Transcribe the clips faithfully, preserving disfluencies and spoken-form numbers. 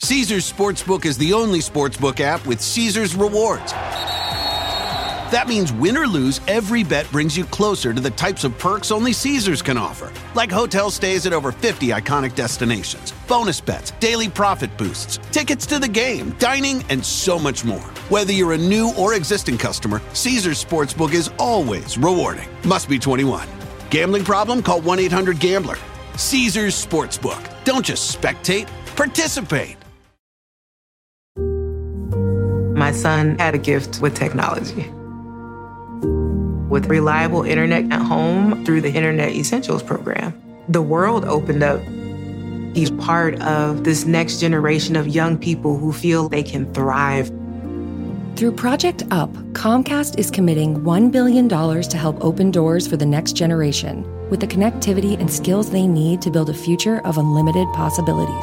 Caesars Sportsbook is the only sportsbook app with Caesars Rewards. That means win or lose, every bet brings you closer to the types of perks only Caesars can offer. Like hotel stays at over fifty iconic destinations, bonus bets, daily profit boosts, tickets to the game, dining, and so much more. Whether you're a new or existing customer, Caesars Sportsbook is always rewarding. Must be twenty-one. Gambling problem? Call one eight hundred gambler. Caesars Sportsbook. Don't just spectate, participate. My son had a gift with technology. With reliable internet at home through the Internet Essentials program, the world opened up. He's part of this next generation of young people who feel they can thrive. Through Project UP, Comcast is committing one billion dollars to help open doors for the next generation with the connectivity and skills they need to build a future of unlimited possibilities.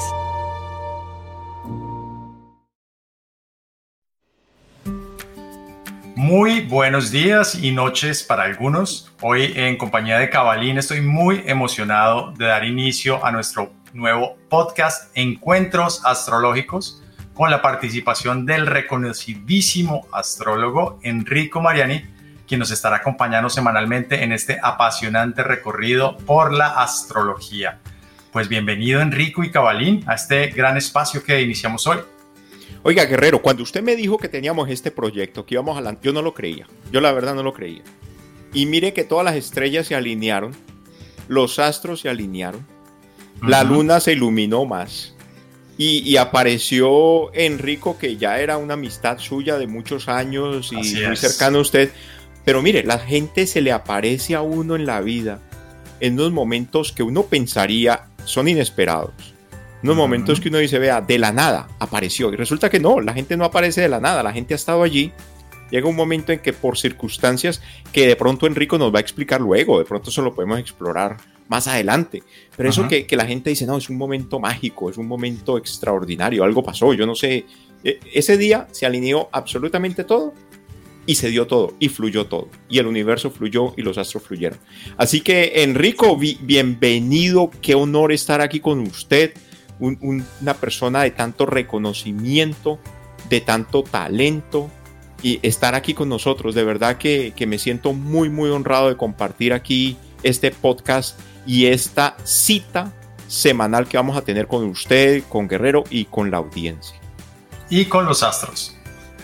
Muy buenos días y noches para algunos. Hoy en compañía de Cabalín estoy muy emocionado de dar inicio a nuestro nuevo podcast Encuentros Astrológicos con la participación del reconocidísimo astrólogo Enrico Mariani, quien nos estará acompañando semanalmente en este apasionante recorrido por la astrología. Pues bienvenido Enrico y Cabalín a este gran espacio que iniciamos hoy. Oiga, Guerrero, cuando usted me dijo que teníamos este proyecto, que íbamos adelante, yo no lo creía. Yo la verdad no lo creía. Y mire que todas las estrellas se alinearon, los astros se alinearon, uh-huh. La luna se iluminó más y, y apareció Enrico, que ya era una amistad suya de muchos años y Así muy es. cercano a usted. Pero mire, la gente se le aparece a uno en la vida en unos momentos que uno pensaría son inesperados. Unos momentos que uno dice, vea, de la nada apareció. Y resulta que no, la gente no aparece de la nada. La gente ha estado allí. Llega un momento en que por circunstancias que de pronto Enrico nos va a explicar luego, de pronto eso lo podemos explorar más adelante. Pero uh-huh. eso que, que la gente dice, no, es un momento mágico, es un momento extraordinario, algo pasó, yo no sé. Ese día se alineó absolutamente todo y se dio todo y fluyó todo. Y el universo fluyó y los astros fluyeron. Así que, Enrico, bi- bienvenido, qué honor estar aquí con usted. Un, un, una persona de tanto reconocimiento, de tanto talento y estar aquí con nosotros. De verdad que, que me siento muy, muy honrado de compartir aquí este podcast y esta cita semanal que vamos a tener con usted, con Guerrero y con la audiencia. Y con los astros.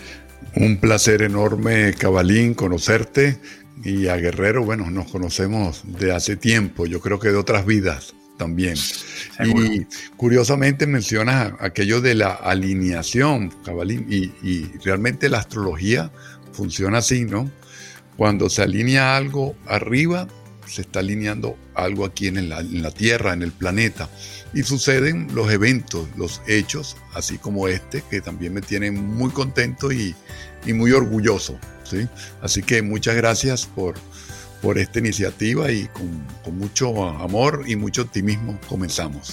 Un placer enorme, Cabalín, conocerte. Y a Guerrero, bueno, nos conocemos de hace tiempo, yo creo que de otras vidas también. Seguro. Y curiosamente mencionas aquello de la alineación, Cabalín, y, y realmente la astrología funciona así, ¿no? Cuando se alinea algo arriba, se está alineando algo aquí en la, en la Tierra, en el planeta, y suceden los eventos, los hechos, así como este, que también me tienen muy contento y, y muy orgulloso, ¿sí? Así que muchas gracias por por esta iniciativa y con, con mucho amor y mucho optimismo comenzamos.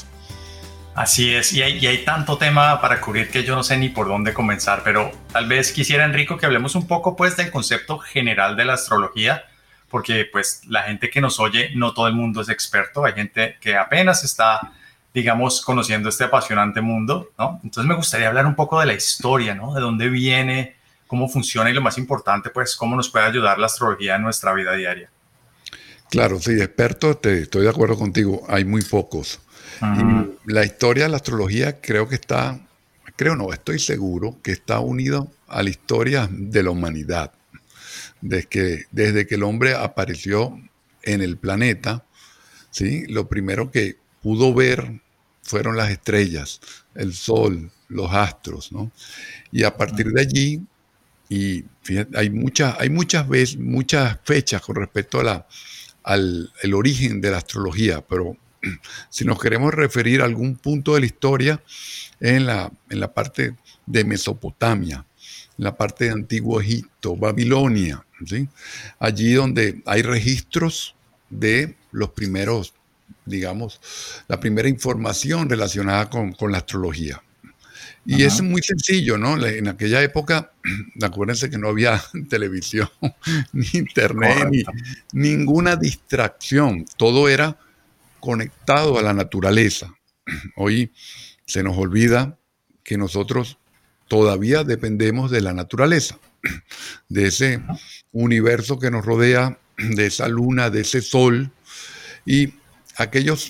Así es, y hay, y hay tanto tema para cubrir que yo no sé ni por dónde comenzar, pero tal vez quisiera, Enrico, que hablemos un poco pues del concepto general de la astrología, porque pues la gente que nos oye, no todo el mundo es experto, hay gente que apenas está, digamos, conociendo este apasionante mundo, ¿no? Entonces me gustaría hablar un poco de la historia, ¿no? De dónde viene, cómo funciona y lo más importante, pues cómo nos puede ayudar la astrología en nuestra vida diaria. Claro, sí, expertos, te, estoy de acuerdo contigo, hay muy pocos. Uh-huh. Y la historia de la astrología creo que está, creo no, estoy seguro que está unido a la historia de la humanidad. Desde que, desde que el hombre apareció en el planeta, ¿sí? Lo primero que pudo ver fueron las estrellas, el sol, los astros, ¿no? Y a partir de allí, y fíjate, hay muchas, hay muchas veces, muchas fechas con respecto a la al el origen de la astrología, pero si nos queremos referir a algún punto de la historia, en la, en la parte de Mesopotamia, en la parte de Antiguo Egipto, Babilonia, ¿sí? Allí donde hay registros de los primeros, digamos, la primera información relacionada con, con la astrología. Y uh-huh. es muy sencillo, ¿no? En aquella época, acuérdense que no había televisión, ni internet, ni ninguna distracción. Todo era conectado a la naturaleza. Hoy se nos olvida que nosotros todavía dependemos de la naturaleza, de ese universo que nos rodea, de esa luna, de ese sol, y aquellos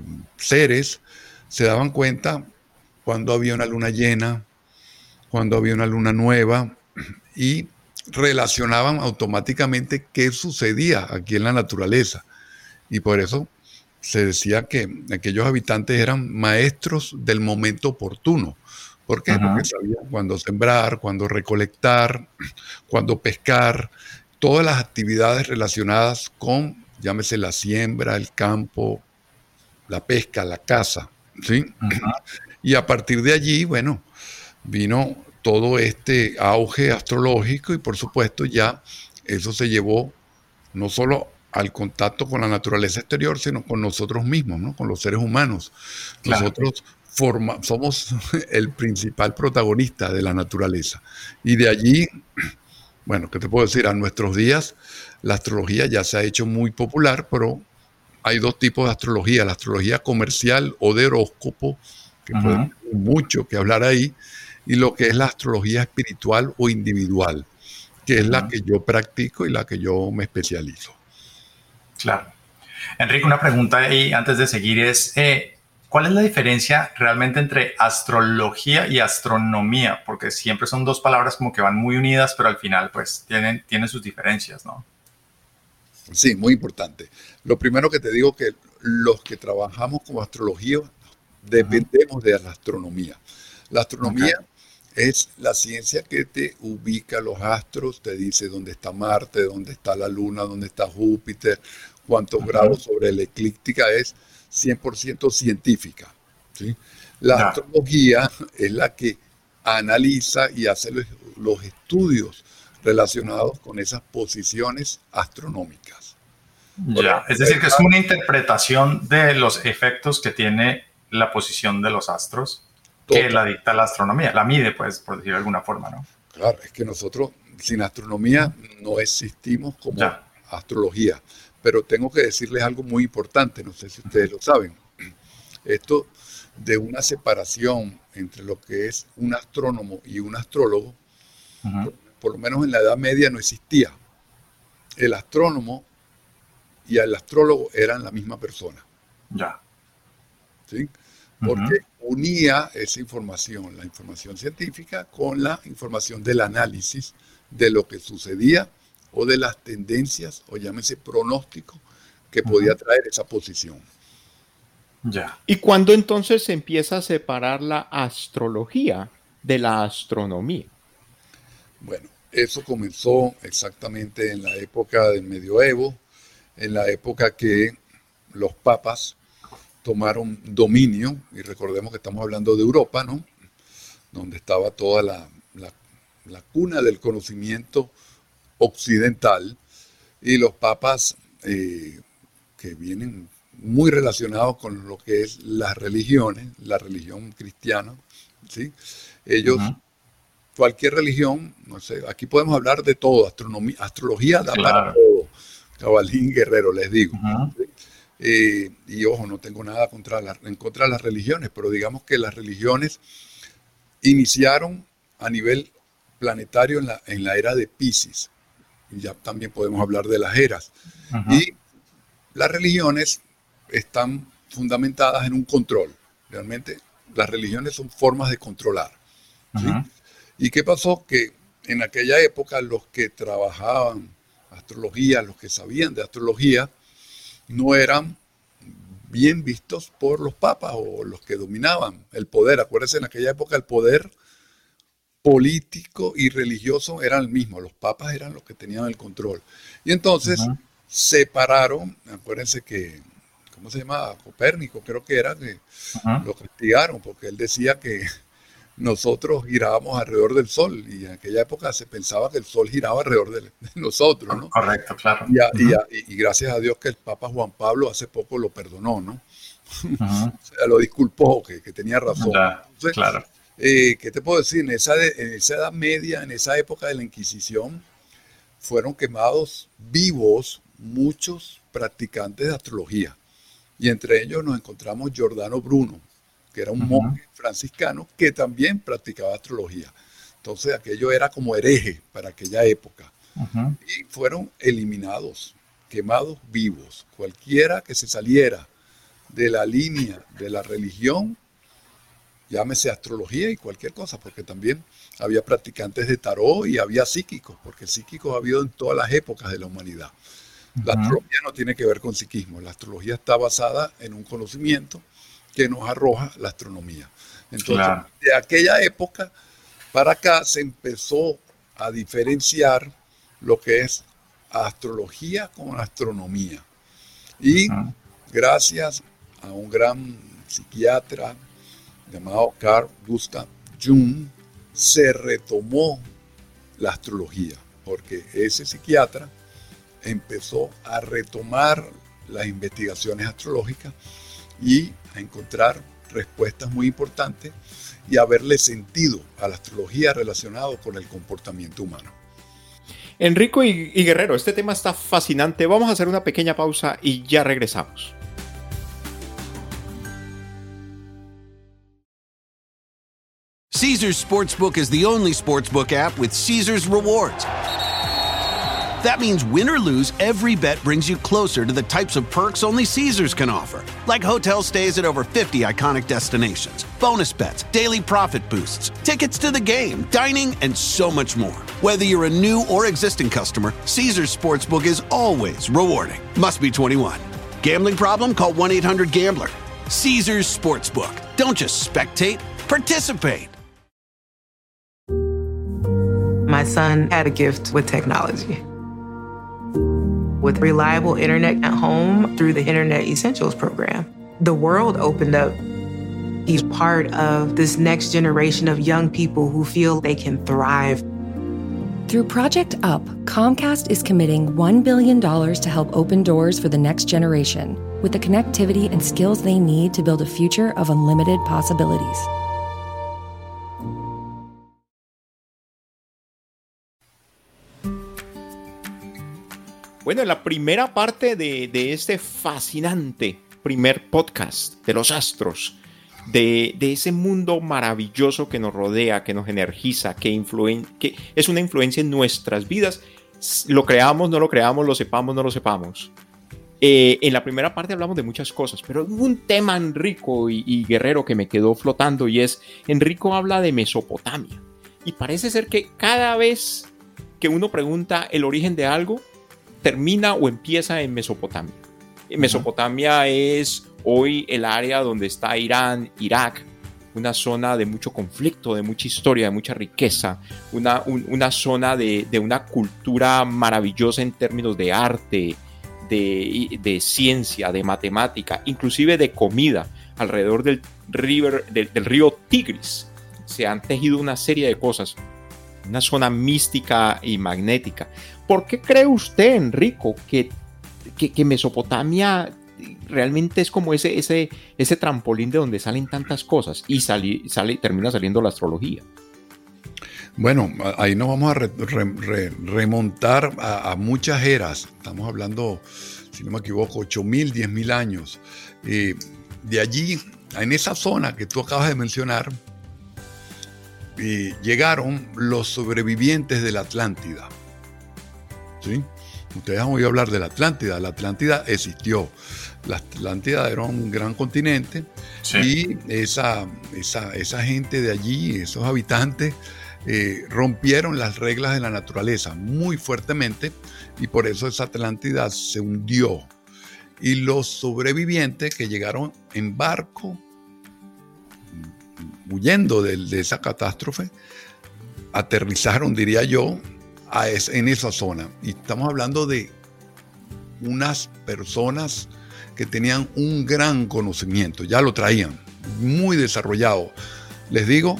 seres se daban cuenta cuando había una luna llena, cuando había una luna nueva, y relacionaban automáticamente qué sucedía aquí en la naturaleza. Y por eso se decía que aquellos habitantes eran maestros del momento oportuno. ¿Por qué? Uh-huh. Porque sabían cuándo sembrar, cuándo recolectar, cuándo pescar, todas las actividades relacionadas con, llámese la siembra, el campo, la pesca, la caza, ¿sí? Uh-huh. Y a partir de allí, bueno, vino todo este auge astrológico y por supuesto ya eso se llevó no solo al contacto con la naturaleza exterior, sino con nosotros mismos, ¿no? Con los seres humanos. Claro. Nosotros forma, somos el principal protagonista de la naturaleza. Y de allí, bueno, ¿qué te puedo decir? A nuestros días la astrología ya se ha hecho muy popular, pero hay dos tipos de astrología, la astrología comercial o de horóscopo, que uh-huh. puede mucho que hablar ahí, y lo que es la astrología espiritual o individual, que es uh-huh. la que yo practico y la que yo me especializo. Claro. Enrique, una pregunta ahí antes de seguir es, eh, ¿cuál es la diferencia realmente entre astrología y astronomía? Porque siempre son dos palabras como que van muy unidas, pero al final pues tienen, tienen sus diferencias, ¿no? Sí, muy importante. Lo primero que te digo que los que trabajamos con astrología dependemos uh-huh. de la astronomía. La astronomía okay. es la ciencia que te ubica los astros, te dice dónde está Marte, dónde está la Luna, dónde está Júpiter, cuántos uh-huh. grados sobre la eclíptica, es cien por ciento científica, ¿sí? La no. astrología es la que analiza y hace los, los estudios relacionados con esas posiciones astronómicas. Ya, es decir, que es una interpretación de los efectos que tiene la posición de los astros que Total. la dicta la astronomía, la mide, pues, por decirlo de alguna forma, ¿no? Claro, es que nosotros sin astronomía no existimos como ya. astrología, pero tengo que decirles algo muy importante, no sé si ustedes lo saben, esto de una separación entre lo que es un astrónomo y un astrólogo, uh-huh. por, por lo menos en la Edad Media no existía. El astrónomo y el astrólogo eran la misma persona. Ya. ¿Sí? Porque uh-huh. unía esa información, la información científica, con la información del análisis de lo que sucedía o de las tendencias, o llámese pronóstico, que uh-huh. podía traer esa posición. Ya. ¿Y cuándo entonces se empieza a separar la astrología de la astronomía? Bueno, eso comenzó exactamente en la época del medioevo, en la época que los papas tomaron dominio, y recordemos que estamos hablando de Europa, ¿no? Donde estaba toda la, la, la cuna del conocimiento occidental, y los papas eh, que vienen muy relacionados con lo que es las religiones, la religión cristiana, ¿sí? Ellos, uh-huh. cualquier religión, no sé, aquí podemos hablar de todo, astronomía, astrología da claro. para todo, Cabalín Guerrero, les digo. Uh-huh. ¿Sí? Eh, y ojo, no tengo nada contra la, en contra de las religiones, pero digamos que las religiones iniciaron a nivel planetario en la, en la era de Piscis. Y ya también podemos hablar de las eras. Uh-huh. Y las religiones están fundamentadas en un control. Realmente las religiones son formas de controlar. ¿Sí? Uh-huh. ¿Y qué pasó? Que en aquella época los que trabajaban astrología, los que sabían de astrología, no eran bien vistos por los papas o los que dominaban el poder. Acuérdense, en aquella época el poder político y religioso eran el mismo. Los papas eran los que tenían el control. Y entonces uh-huh. separaron, acuérdense que, ¿cómo se llamaba? Copérnico, creo que era, que uh-huh. lo castigaron porque él decía que nosotros girábamos alrededor del Sol, y en aquella época se pensaba que el Sol giraba alrededor de, de nosotros, ¿no? Correcto, claro. Y, a, uh-huh. y, a, y gracias a Dios que el Papa Juan Pablo hace poco lo perdonó, ¿no? Uh-huh. O sea, lo disculpó, que, que tenía razón. Ya, Entonces, claro. Eh, ¿Qué te puedo decir? En esa, de, en esa Edad Media, en esa época de la Inquisición, fueron quemados vivos muchos practicantes de astrología. Y entre ellos nos encontramos Giordano Bruno, que era un Uh-huh. monje franciscano que también practicaba astrología. Entonces aquello era como hereje para aquella época. Uh-huh. Y fueron eliminados, quemados vivos. Cualquiera que se saliera de la línea de la religión, llámese astrología y cualquier cosa, porque también había practicantes de tarot y había psíquicos, porque psíquicos ha habido en todas las épocas de la humanidad. La Uh-huh. astrología no tiene que ver con psiquismo, la astrología está basada en un conocimiento que nos arroja la astronomía. Entonces, Claro. de aquella época para acá se empezó a diferenciar lo que es astrología con astronomía. Y Uh-huh. gracias a un gran psiquiatra llamado Carl Gustav Jung, se retomó la astrología, porque ese psiquiatra empezó a retomar las investigaciones astrológicas y a encontrar respuestas muy importantes y a verle sentido a la astrología relacionado con el comportamiento humano. Enrico y, y Guerrero, este tema está fascinante. Vamos a hacer una pequeña pausa y ya regresamos. Caesars Sportsbook is the only sportsbook app with Caesars Rewards. That means win or lose, every bet brings you closer to the types of perks only Caesars can offer, like hotel stays at over fifty iconic destinations, bonus bets, daily profit boosts, tickets to the game, dining, and so much more. Whether you're a new or existing customer, Caesars Sportsbook is always rewarding. Must be twenty-one. Gambling problem? Call one eight hundred gambler. Caesars Sportsbook. Don't just spectate, participate. My son had a gift with technology. With reliable internet at home through the Internet Essentials program, the world opened up. He's part of this next generation of young people who feel they can thrive. Through Project Up, Comcast is committing one billion dollars to help open doors for the next generation with the connectivity and skills they need to build a future of unlimited possibilities. Bueno, en la primera parte de, de este fascinante primer podcast de los astros, de, de ese mundo maravilloso que nos rodea, que nos energiza, que, influen, que es una influencia en nuestras vidas, lo creamos, no lo creamos, lo sepamos, no lo sepamos. Eh, en la primera parte hablamos de muchas cosas, pero hubo un tema, Enrico y, y Guerrero, que me quedó flotando, y es, Enrico habla de Mesopotamia, y parece ser que cada vez que uno pregunta el origen de algo, termina o empieza en Mesopotamia. Uh-huh. Mesopotamia es hoy el área donde está Irán, Irak, una zona de mucho conflicto, de mucha historia, de mucha riqueza, una, un, una zona de, de una cultura maravillosa en términos de arte, de, de ciencia, de matemática, inclusive de comida. Alrededor del, river, del, del río Tigris se han tejido una serie de cosas, una zona mística y magnética. ¿Por qué cree usted, Enrico, que, que, que Mesopotamia realmente es como ese, ese, ese trampolín de donde salen tantas cosas y sali, sale, termina saliendo la astrología? Bueno, ahí nos vamos a re, re, re, remontar a, a muchas eras. Estamos hablando, si no me equivoco, ocho mil, diez mil años. Eh, de allí, en esa zona que tú acabas de mencionar, eh, llegaron los sobrevivientes de la Atlántida. ¿Sí? Ustedes han oído hablar de la Atlántida. La Atlántida existió. La Atlántida era un gran continente. Sí. Y esa, esa, esa gente de allí, esos habitantes, eh, rompieron las reglas de la naturaleza muy fuertemente y por eso esa Atlántida se hundió. Y los sobrevivientes que llegaron en barco, huyendo de, de esa catástrofe, aterrizaron, diría yo, A es, en esa zona. Y estamos hablando de unas personas que tenían un gran conocimiento, ya lo traían, muy desarrollado. Les digo,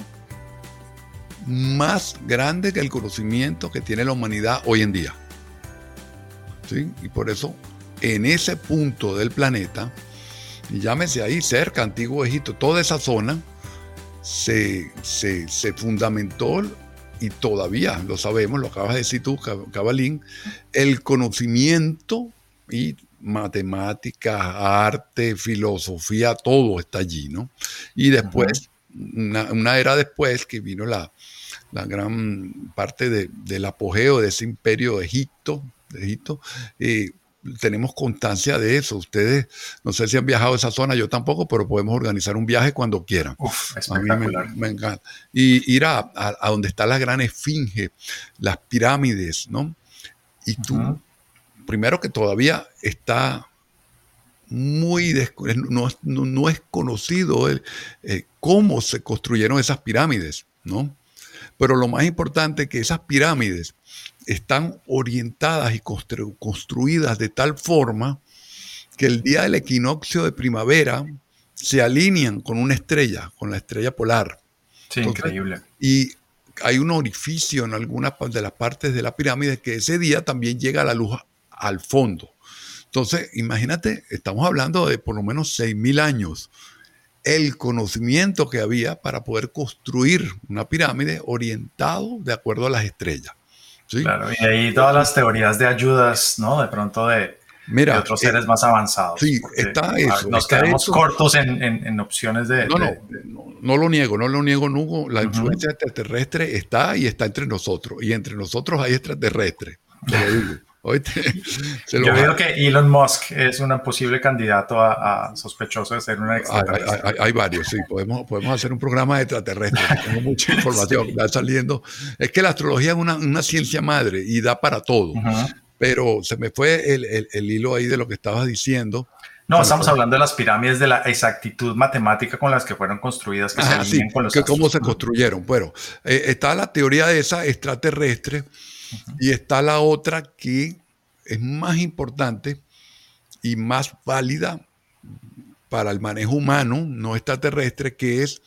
más grande que el conocimiento que tiene la humanidad hoy en día. ¿Sí? Y por eso, en ese punto del planeta, y llámese ahí cerca, Antiguo Egipto, toda esa zona, se, se, se fundamentó. Y todavía lo sabemos, lo acabas de decir tú, Cabalín, el conocimiento y matemáticas, arte, filosofía, todo está allí, ¿no? Y después, uh-huh. una, una era después que vino la, la gran parte de, del apogeo de ese imperio de Egipto, de Egipto, eh, tenemos constancia de eso. Ustedes, no sé si han viajado a esa zona, yo tampoco, pero podemos organizar un viaje cuando quieran. Uf, espectacular. A mí me, me encanta. Y ir a, a, a donde está la gran esfinge, las pirámides, ¿no? Y tú, uh-huh. primero que todavía está muy, no, no, no es conocido el, eh, cómo se construyeron esas pirámides, ¿no? Pero lo más importante es que esas pirámides están orientadas y constru- construidas de tal forma que el día del equinoccio de primavera se alinean con una estrella, con la estrella polar. Sí, entonces, increíble. Y hay un orificio en algunas de las partes de la pirámide que ese día también llega la luz al fondo. Entonces, imagínate, estamos hablando de por lo menos seis mil años. El conocimiento que había para poder construir una pirámide orientado de acuerdo a las estrellas. ¿Sí? Claro, y ahí todas las teorías de ayudas, ¿no? De pronto de, Mira, de otros seres eh, más avanzados. Sí, está eso. Nos está quedamos eso. cortos en, en, en opciones de... No, de, no, no, no lo niego, no lo niego, Nugo. La uh-huh. influencia extraterrestre está y está entre nosotros. Y entre nosotros hay extraterrestres. Te lo digo. Se lo Yo veo que Elon Musk es un posible candidato a, a sospechoso de ser un extraterrestre. Hay, hay, hay varios, sí. Podemos, podemos hacer un programa de extraterrestres. Tengo mucha información. Sí. Va saliendo. Es que la astrología es una, una ciencia madre y da para todo. Uh-huh. Pero se me fue el, el, el hilo ahí de lo que estabas diciendo. No, estamos hablando de las pirámides, de la exactitud matemática con las que fueron construidas, que ah, se alinean sí, con los que cómo se construyeron. Bueno, eh, está la teoría de esa extraterrestre. Uh-huh. Y está la otra que es más importante y más válida para el manejo humano, no extraterrestre, que es,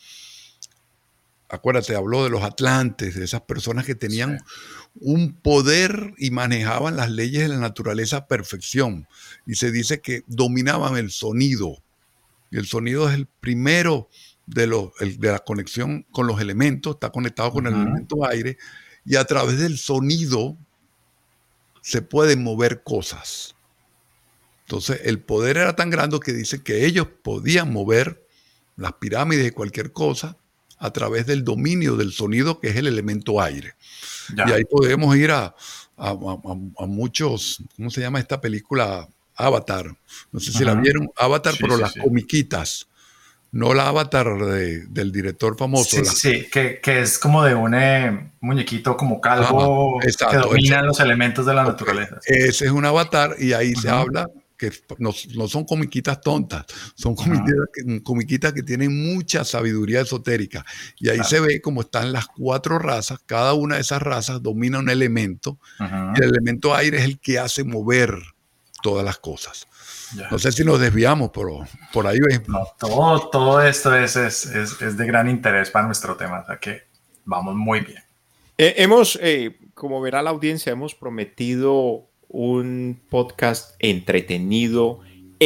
acuérdate, habló de los atlantes, de esas personas que tenían sí. un poder y manejaban las leyes de la naturaleza a perfección. Y se dice que dominaban el sonido. Y el sonido es el primero de, los, el, de la conexión con los elementos, está conectado con uh-huh. el elemento aire. Y a través del sonido se pueden mover cosas. Entonces, el poder era tan grande que dicen que ellos podían mover las pirámides y cualquier cosa a través del dominio del sonido, que es el elemento aire. Ya. Y ahí podemos ir a, a, a, a muchos, ¿cómo se llama esta película? Avatar. No sé si Ajá. la vieron, Avatar, sí, pero sí, las sí. comiquitas. No la Avatar de, del director famoso. Sí, la... sí, que, que es como de un eh, muñequito como calvo ah, exacto, que domina ese, los elementos de la naturaleza. Ese es un avatar y ahí uh-huh. se habla que no, no son comiquitas tontas, son comiquitas, uh-huh. que, comiquitas que tienen mucha sabiduría esotérica. Y ahí claro. se ve como están las cuatro razas, cada una de esas razas domina un elemento uh-huh. y el elemento aire es el que hace mover todas las cosas. Ya. No sé si nos desviamos, pero por ahí ves. No, todo, todo esto es, es, es, es de gran interés para nuestro tema, o sea que vamos muy bien. Eh, hemos, eh, como verá la audiencia, hemos prometido un podcast entretenido,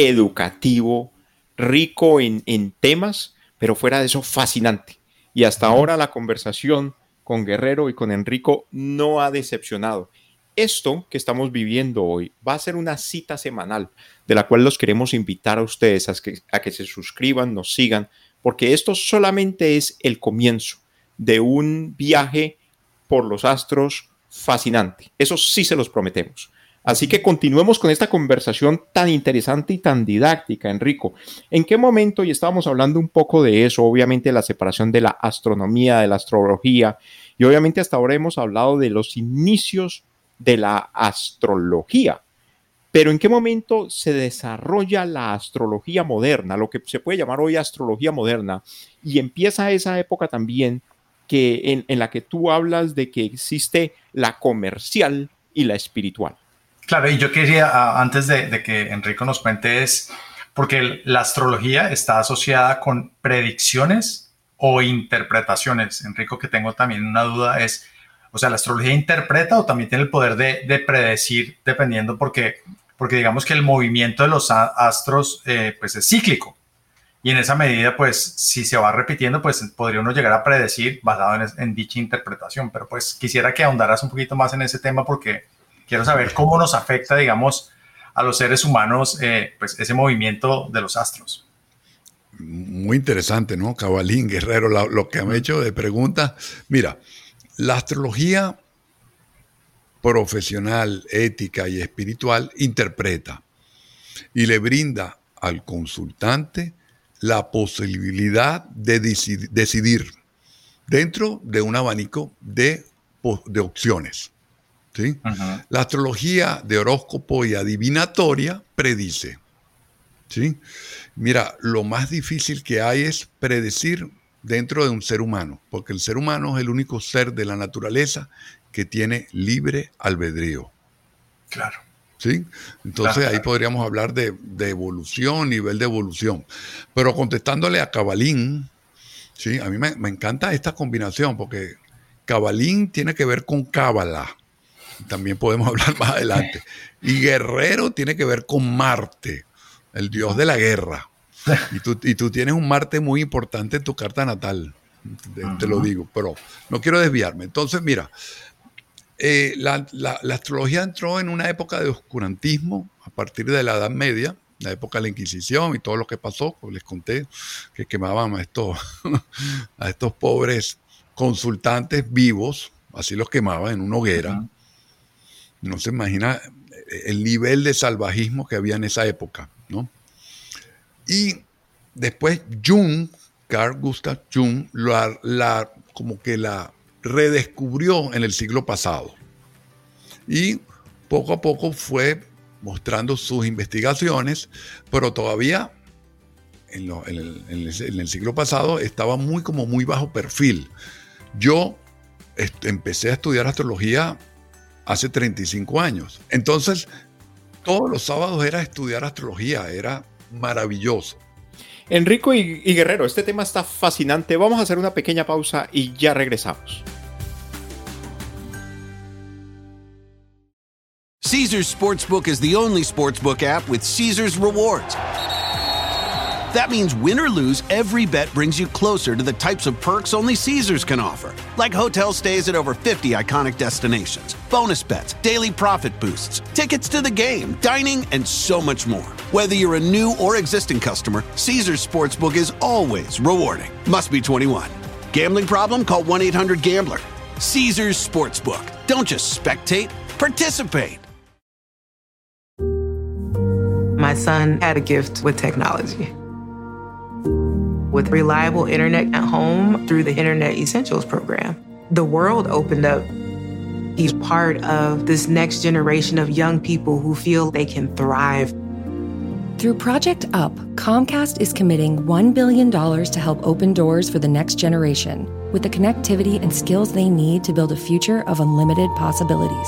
educativo, rico en, en temas, pero fuera de eso fascinante. Y hasta ahora la conversación con Guerrero y con Enrico no ha decepcionado. Esto que estamos viviendo hoy va a ser una cita semanal de la cual los queremos invitar a ustedes a que, a que se suscriban, nos sigan, porque esto solamente es el comienzo de un viaje por los astros fascinante. Eso sí se los prometemos. Así que continuemos con esta conversación tan interesante y tan didáctica, Enrico. ¿En qué momento, y estábamos hablando un poco de eso, obviamente la separación de la astronomía, de la astrología, y obviamente hasta ahora hemos hablado de los inicios de la astrología, pero ¿en qué momento se desarrolla la astrología moderna, lo que se puede llamar hoy astrología moderna, y empieza esa época también que en, en la que tú hablas de que existe la comercial y la espiritual? Claro, y yo quería, antes de, de que Enrico nos cuente, es porque la astrología está asociada con predicciones o interpretaciones. Enrico, que tengo también una duda, es, o sea, ¿la astrología interpreta o también tiene el poder de, de predecir, dependiendo? Porque, porque digamos que el movimiento de los astros eh, pues es cíclico. Y en esa medida, pues, si se va repitiendo, pues podría uno llegar a predecir basado en, en dicha interpretación. Pero pues quisiera que ahondaras un poquito más en ese tema porque quiero saber cómo nos afecta, digamos, a los seres humanos eh, pues ese movimiento de los astros. Muy interesante, ¿no? Cabalín, Guerrero, lo, lo que han hecho de preguntas. Mira, la astrología profesional, ética y espiritual interpreta y le brinda al consultante la posibilidad de decidir, decidir dentro de un abanico de, de opciones. ¿Sí? Uh-huh. La astrología de horóscopo y adivinatoria predice. ¿Sí? Mira, lo más difícil que hay es predecir dentro de un ser humano, porque el ser humano es el único ser de la naturaleza que tiene libre albedrío. Claro. ¿Sí? Entonces claro, ahí claro. podríamos hablar de, de evolución, nivel de evolución. Pero contestándole a Cabalín, ¿sí? A mí me, me encanta esta combinación, porque Cabalín tiene que ver con Cábala. También podemos hablar más adelante. Y Guerrero tiene que ver con Marte, el dios de la guerra. Y tú, y tú tienes un Marte muy importante en tu carta natal, te, uh-huh. te lo digo, pero no quiero desviarme. Entonces, mira, eh, la, la, la astrología entró en una época de oscurantismo a partir de la Edad Media, la época de la Inquisición y todo lo que pasó, pues les conté que quemaban a estos, a estos pobres consultantes vivos, así los quemaban en una hoguera. Uh-huh. No se imagina el nivel de salvajismo que había en esa época, ¿no? Y después Jung, Carl Gustav Jung, la, la, como que la redescubrió en el siglo pasado. Y poco a poco fue mostrando sus investigaciones, pero todavía en, lo, en, el, en, el, en el siglo pasado estaba muy, como muy bajo perfil. Yo est- empecé a estudiar astrología hace treinta y cinco años. Entonces, todos los sábados era estudiar astrología, era maravilloso. Enrico y, y Guerrero, este tema está fascinante. Vamos a hacer una pequeña pausa y ya regresamos. Caesars Sportsbook is the only sportsbook app with Caesars Rewards. That means win or lose, every bet brings you closer to the types of perks only Caesars can offer. Like hotel stays at over fifty iconic destinations, bonus bets, daily profit boosts, tickets to the game, dining, and so much more. Whether you're a new or existing customer, Caesars Sportsbook is always rewarding. Must be twenty-one. Gambling problem? Call one eight hundred gambler. Caesars Sportsbook. Don't just spectate, participate. My son had a gift with technology. With reliable internet at home through the Internet Essentials program, the world opened up. He's part of this next generation of young people who feel they can thrive. Through Project Up, Comcast is committing one billion dollars to help open doors for the next generation with the connectivity and skills they need to build a future of unlimited possibilities.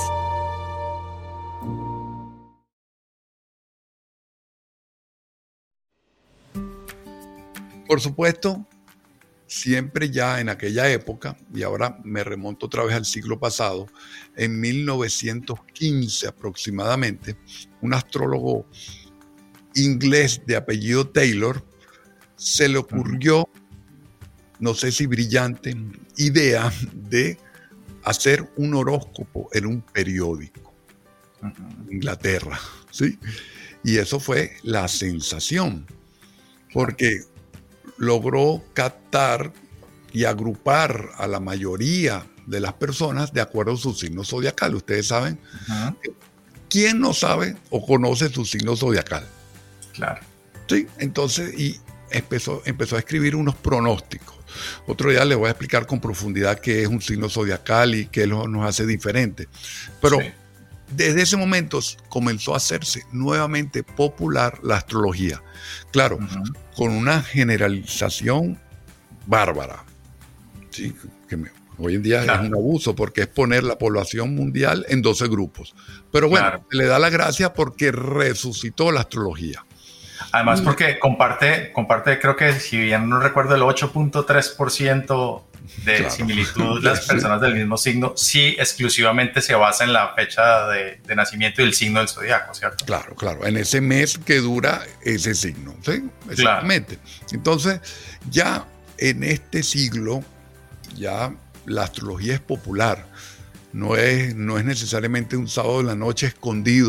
Por supuesto, siempre ya en aquella época, y ahora me remonto otra vez al siglo pasado, en mil novecientos quince aproximadamente, un astrólogo inglés de apellido Taylor se le ocurrió, no sé si brillante, idea de hacer un horóscopo en un periódico, uh-huh. Inglaterra, ¿sí? Y eso fue la sensación, porque logró captar y agrupar a la mayoría de las personas de acuerdo a su signo zodiacal. Ustedes saben, uh-huh. ¿quién no sabe o conoce su signo zodiacal? Claro. Sí, entonces, y empezó, empezó a escribir unos pronósticos. Otro día les voy a explicar con profundidad qué es un signo zodiacal y qué lo, nos hace diferente. Pero sí. Desde ese momento comenzó a hacerse nuevamente popular la astrología. Claro, uh-huh. con una generalización bárbara. ¿Sí? Que me, hoy en día claro. es un abuso porque es poner la población mundial en doce grupos. Pero bueno, claro. le da la gracia porque resucitó la astrología. Además porque comparte, comparte creo que si bien no recuerdo el ocho punto tres por ciento de claro. similitud las personas del mismo signo, sí exclusivamente se basa en la fecha de, de nacimiento y el signo del zodiaco, ¿cierto? Claro, claro, en ese mes que dura ese signo, ¿sí? Exactamente. Claro. Entonces, ya en este siglo, ya la astrología es popular, no es, no es necesariamente un sábado en la noche escondido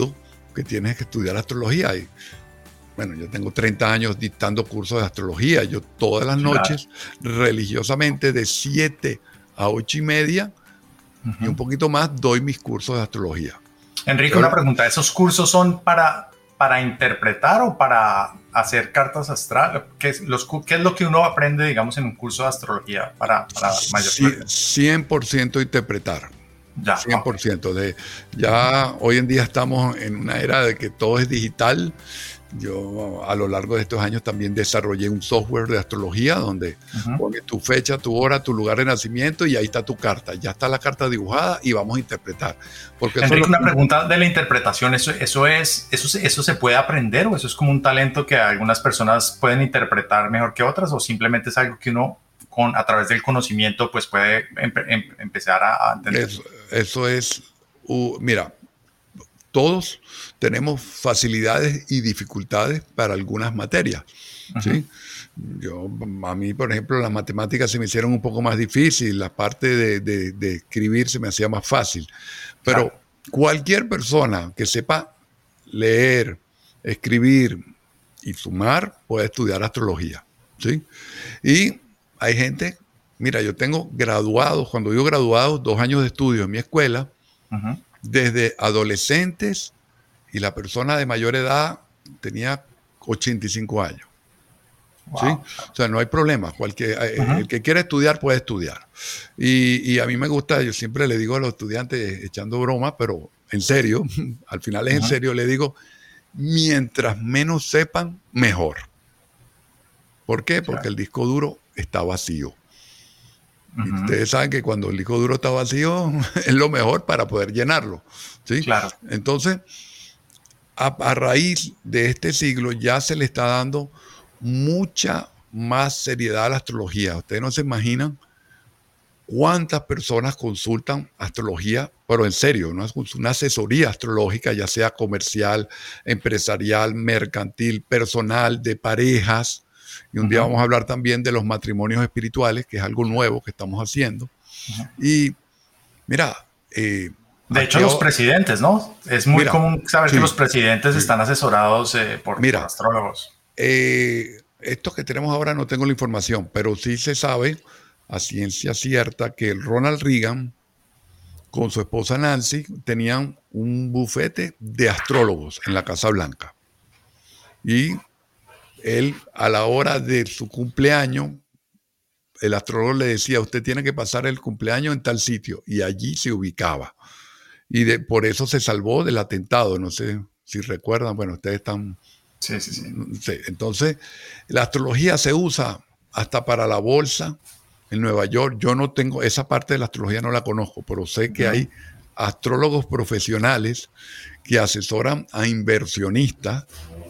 que tienes que estudiar astrología. Y, bueno, yo tengo treinta años dictando cursos de astrología. Yo todas las Claro. noches, religiosamente, de siete a ocho y media, uh-huh. y un poquito más, doy mis cursos de astrología. Enrique, una pregunta. ¿Esos cursos son para, para interpretar o para hacer cartas astrales? ¿Qué es, los, ¿Qué es lo que uno aprende, digamos, en un curso de astrología para, para mayor claridad? cien por ciento interpretar. Ya, cien por ciento. Okay. De, ya hoy en día estamos en una era de que todo es digital. Yo a lo largo de estos años también desarrollé un software de astrología donde uh-huh. pones tu fecha, tu hora, tu lugar de nacimiento y ahí está tu carta. Ya está la carta dibujada y vamos a interpretar. Porque Enrique, eso una lo... pregunta de la interpretación. ¿Eso, eso, es, eso, ¿Eso se puede aprender o eso es como un talento que algunas personas pueden interpretar mejor que otras o simplemente es algo que uno con, a través del conocimiento pues puede em, em, empezar a, a entender? Eso, eso es, uh, mira, todos tenemos facilidades y dificultades para algunas materias, uh-huh. ¿sí? Yo, a mí, por ejemplo, las matemáticas se me hicieron un poco más difícil, la parte de, de, de escribir se me hacía más fácil, pero claro. cualquier persona que sepa leer, escribir y sumar puede estudiar astrología, ¿sí? Y hay gente, mira, yo tengo graduados, cuando digo graduados, dos años de estudio en mi escuela, uh-huh. desde adolescentes, y la persona de mayor edad tenía ochenta y cinco años. Wow. ¿Sí? O sea, no hay problema. Cualquier, uh-huh. El que quiera estudiar puede estudiar. Y, y a mí me gusta, yo siempre le digo a los estudiantes, echando broma, pero en serio, al final es uh-huh. en serio, le digo, mientras menos sepan, mejor. ¿Por qué? Porque claro. el disco duro está vacío. Uh-huh. Y ustedes saben que cuando el disco duro está vacío es lo mejor para poder llenarlo, ¿sí? Claro. Entonces, a, a raíz de este siglo ya se le está dando mucha más seriedad a la astrología. Ustedes no se imaginan cuántas personas consultan astrología, pero en serio, ¿no? Una asesoría astrológica, ya sea comercial, empresarial, mercantil, personal, de parejas. Y un uh-huh. día vamos a hablar también de los matrimonios espirituales, que es algo nuevo que estamos haciendo. Uh-huh. Y mira... Eh, de hecho, los presidentes, ¿no? Es muy mira, común saber sí, que los presidentes sí. están asesorados eh, por, mira, por astrólogos. Eh, esto que tenemos ahora no tengo la información, pero sí se sabe a ciencia cierta que el Ronald Reagan con su esposa Nancy tenían un bufete de astrólogos en la Casa Blanca. Y él, a la hora de su cumpleaños, el astrólogo le decía, usted tiene que pasar el cumpleaños en tal sitio, y allí se ubicaba. Y de, por eso se salvó del atentado, no sé si recuerdan, bueno, ustedes están... Sí, sí, sí. sí. Entonces, la astrología se usa hasta para la bolsa en Nueva York. Yo no tengo, esa parte de la astrología no la conozco, pero sé que no. hay astrólogos profesionales que asesoran a inversionistas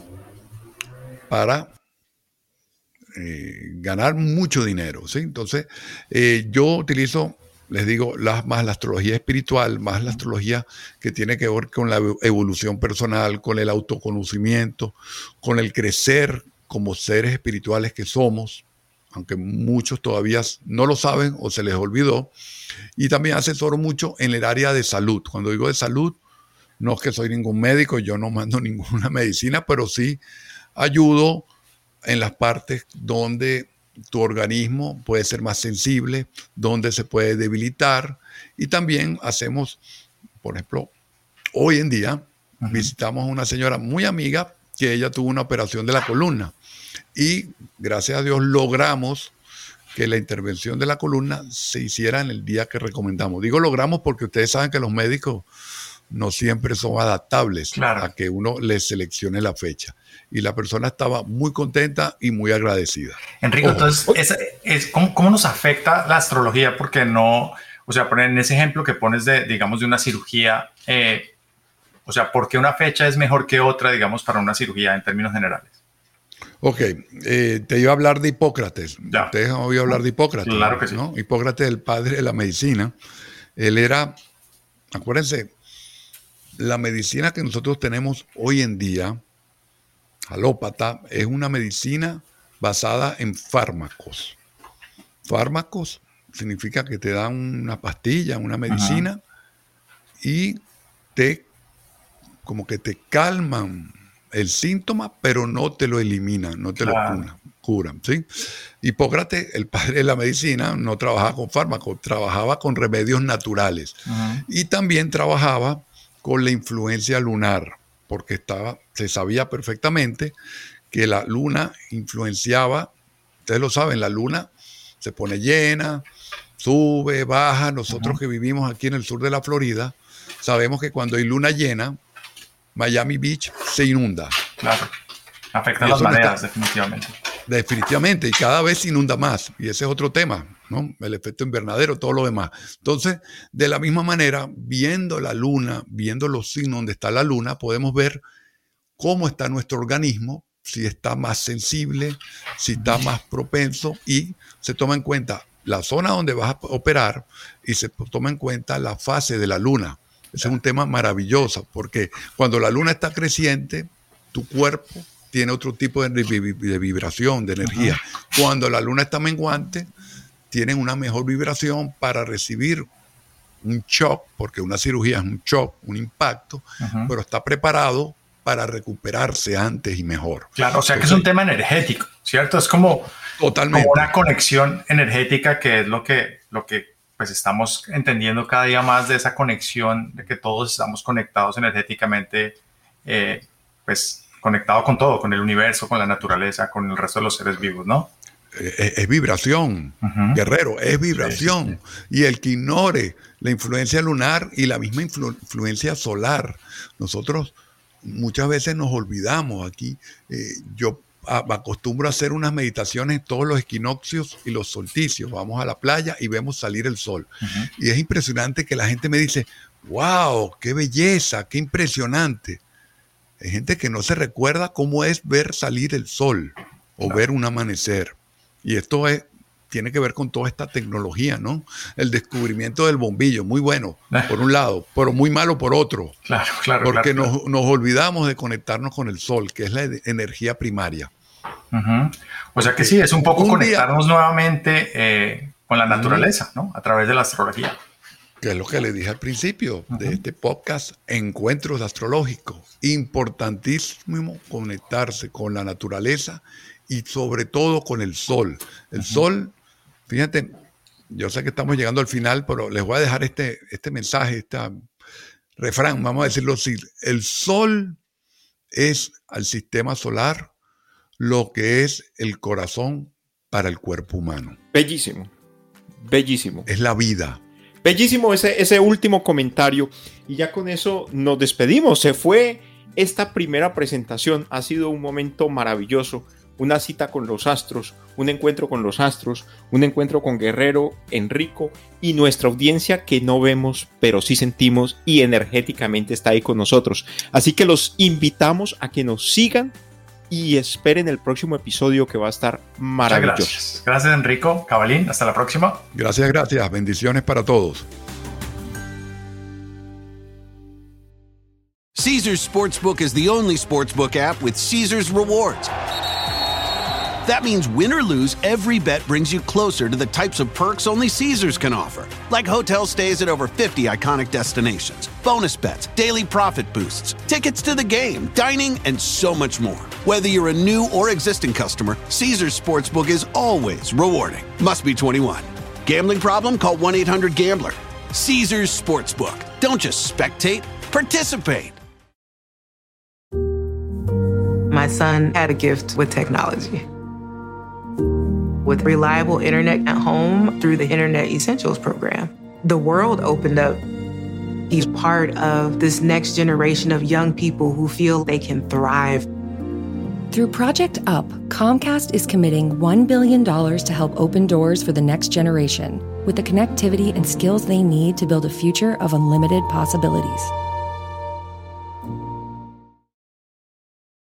para eh, ganar mucho dinero, ¿sí? Entonces, eh, yo utilizo, les digo, la, más la astrología espiritual, más la astrología que tiene que ver con la evolución personal, con el autoconocimiento, con el crecer como seres espirituales que somos, aunque muchos todavía no lo saben o se les olvidó. Y también asesoro mucho en el área de salud. Cuando digo de salud, no es que soy ningún médico, yo no mando ninguna medicina, pero sí ayudo en las partes donde tu organismo puede ser más sensible, donde se puede debilitar. Y también hacemos, por ejemplo, hoy en día uh-huh. visitamos a una señora muy amiga que ella tuvo una operación de la columna. Y gracias a Dios logramos que la intervención de la columna se hiciera en el día que recomendamos. Digo logramos porque ustedes saben que los médicos no siempre son adaptables claro. a que uno les seleccione la fecha. Y la persona estaba muy contenta y muy agradecida. Enrique, Ojo. entonces, es, es, ¿cómo, ¿cómo nos afecta la astrología? Porque no, o sea, poner en ese ejemplo que pones de, digamos, de una cirugía, eh, o sea, ¿por qué una fecha es mejor que otra, digamos, para una cirugía en términos generales? Ok, eh, te iba a hablar de Hipócrates. Ya. Ustedes han oído hablar de Hipócrates. Claro que sí. ¿no? Hipócrates, el padre de la medicina. Él era, acuérdense, la medicina que nosotros tenemos hoy en día, alópata, es una medicina basada en fármacos. Fármacos significa que te dan una pastilla, una medicina, uh-huh. y te como que te calman el síntoma, pero no te lo eliminan, no te claro. lo curan, ¿sí? Hipócrates, el padre de la medicina, no trabajaba con fármacos, trabajaba con remedios naturales. Uh-huh. Y también trabajaba con la influencia lunar, porque estaba, se sabía perfectamente que la luna influenciaba, ustedes lo saben, la luna se pone llena, sube, baja. Nosotros uh-huh. que vivimos aquí en el sur de la Florida, sabemos que cuando hay luna llena, Miami Beach se inunda. Claro, afecta las mareas, definitivamente. Definitivamente, y cada vez se inunda más. Y ese es otro tema, ¿no? El efecto invernadero, todo lo demás. Entonces, de la misma manera, viendo la luna, viendo los signos donde está la luna, podemos ver cómo está nuestro organismo, si está más sensible, si está más propenso, y se toma en cuenta la zona donde vas a operar y se toma en cuenta la fase de la luna. Ese es un tema maravilloso, porque cuando la luna está creciente, tu cuerpo tiene otro tipo de, de vibración, de energía. Uh-huh. Cuando la luna está menguante, tienen una mejor vibración para recibir un shock, porque una cirugía es un shock, un impacto, uh-huh. pero está preparado para recuperarse antes y mejor. Claro, o sea Entonces, que es un tema energético, ¿cierto? Es como, totalmente. como una conexión energética, que es lo que, lo que pues estamos entendiendo cada día más, de esa conexión, de que todos estamos conectados energéticamente, eh, pues conectado con todo, con el universo, con la naturaleza, con el resto de los seres vivos, ¿no? Es, es vibración, uh-huh. guerrero, es vibración. Sí, sí. Y el que ignore la influencia lunar y la misma influ- influencia solar, nosotros muchas veces nos olvidamos aquí. Eh, yo a, acostumbro a hacer unas meditaciones todos los equinoccios y los solsticios. Vamos a la playa y vemos salir el sol. Uh-huh. Y es impresionante que la gente me dice, wow, qué belleza, qué impresionante. Hay gente que no se recuerda cómo es ver salir el sol o claro. ver un amanecer. Y esto es, tiene que ver con toda esta tecnología, ¿no? El descubrimiento del bombillo, muy bueno por un lado, pero muy malo por otro. Claro, claro. Porque claro, nos, claro. nos olvidamos de conectarnos con el sol, que es la energía primaria. Uh-huh. O sea que sí, es un poco un conectarnos día, nuevamente eh, con la naturaleza, ¿no? A través de la astrología. Que es lo que le dije al principio uh-huh. de este podcast, Encuentros Astrológicos. Importantísimo conectarse con la naturaleza y sobre todo con el sol. El uh-huh. sol, fíjate, yo sé que estamos llegando al final, pero les voy a dejar este, este mensaje, este refrán, vamos a decirlo así. El sol es al sistema solar lo que es el corazón para el cuerpo humano. Bellísimo, bellísimo. Es la vida. Bellísimo ese, ese último comentario. Y ya con eso nos despedimos. Se fue esta primera presentación. Ha sido un momento maravilloso. Una cita con los astros, un encuentro con los astros, un encuentro con Guerrero, Enrico y nuestra audiencia que no vemos, pero sí sentimos y energéticamente está ahí con nosotros. Así que los invitamos a que nos sigan y esperen el próximo episodio, que va a estar maravilloso. Gracias. Gracias, Enrico. Cabalín, hasta la próxima. Gracias, gracias. Bendiciones para todos. Caesars Sportsbook is the only sportsbook app with Caesars Rewards. That means win or lose, every bet brings you closer to the types of perks only Caesars can offer. Like hotel stays at over fifty iconic destinations, bonus bets, daily profit boosts, tickets to the game, dining, and so much more. Whether you're a new or existing customer, Caesars Sportsbook is always rewarding. Must be twenty-one. Gambling problem? Call one eight hundred gambler. Caesars Sportsbook. Don't just spectate, participate. My son had a gift with technology. With reliable internet at home through the Internet Essentials program, the world opened up. He's part of this next generation of young people who feel they can thrive. Through Project UP, Comcast is committing one billion dollars to help open doors for the next generation with the connectivity and skills they need to build a future of unlimited possibilities.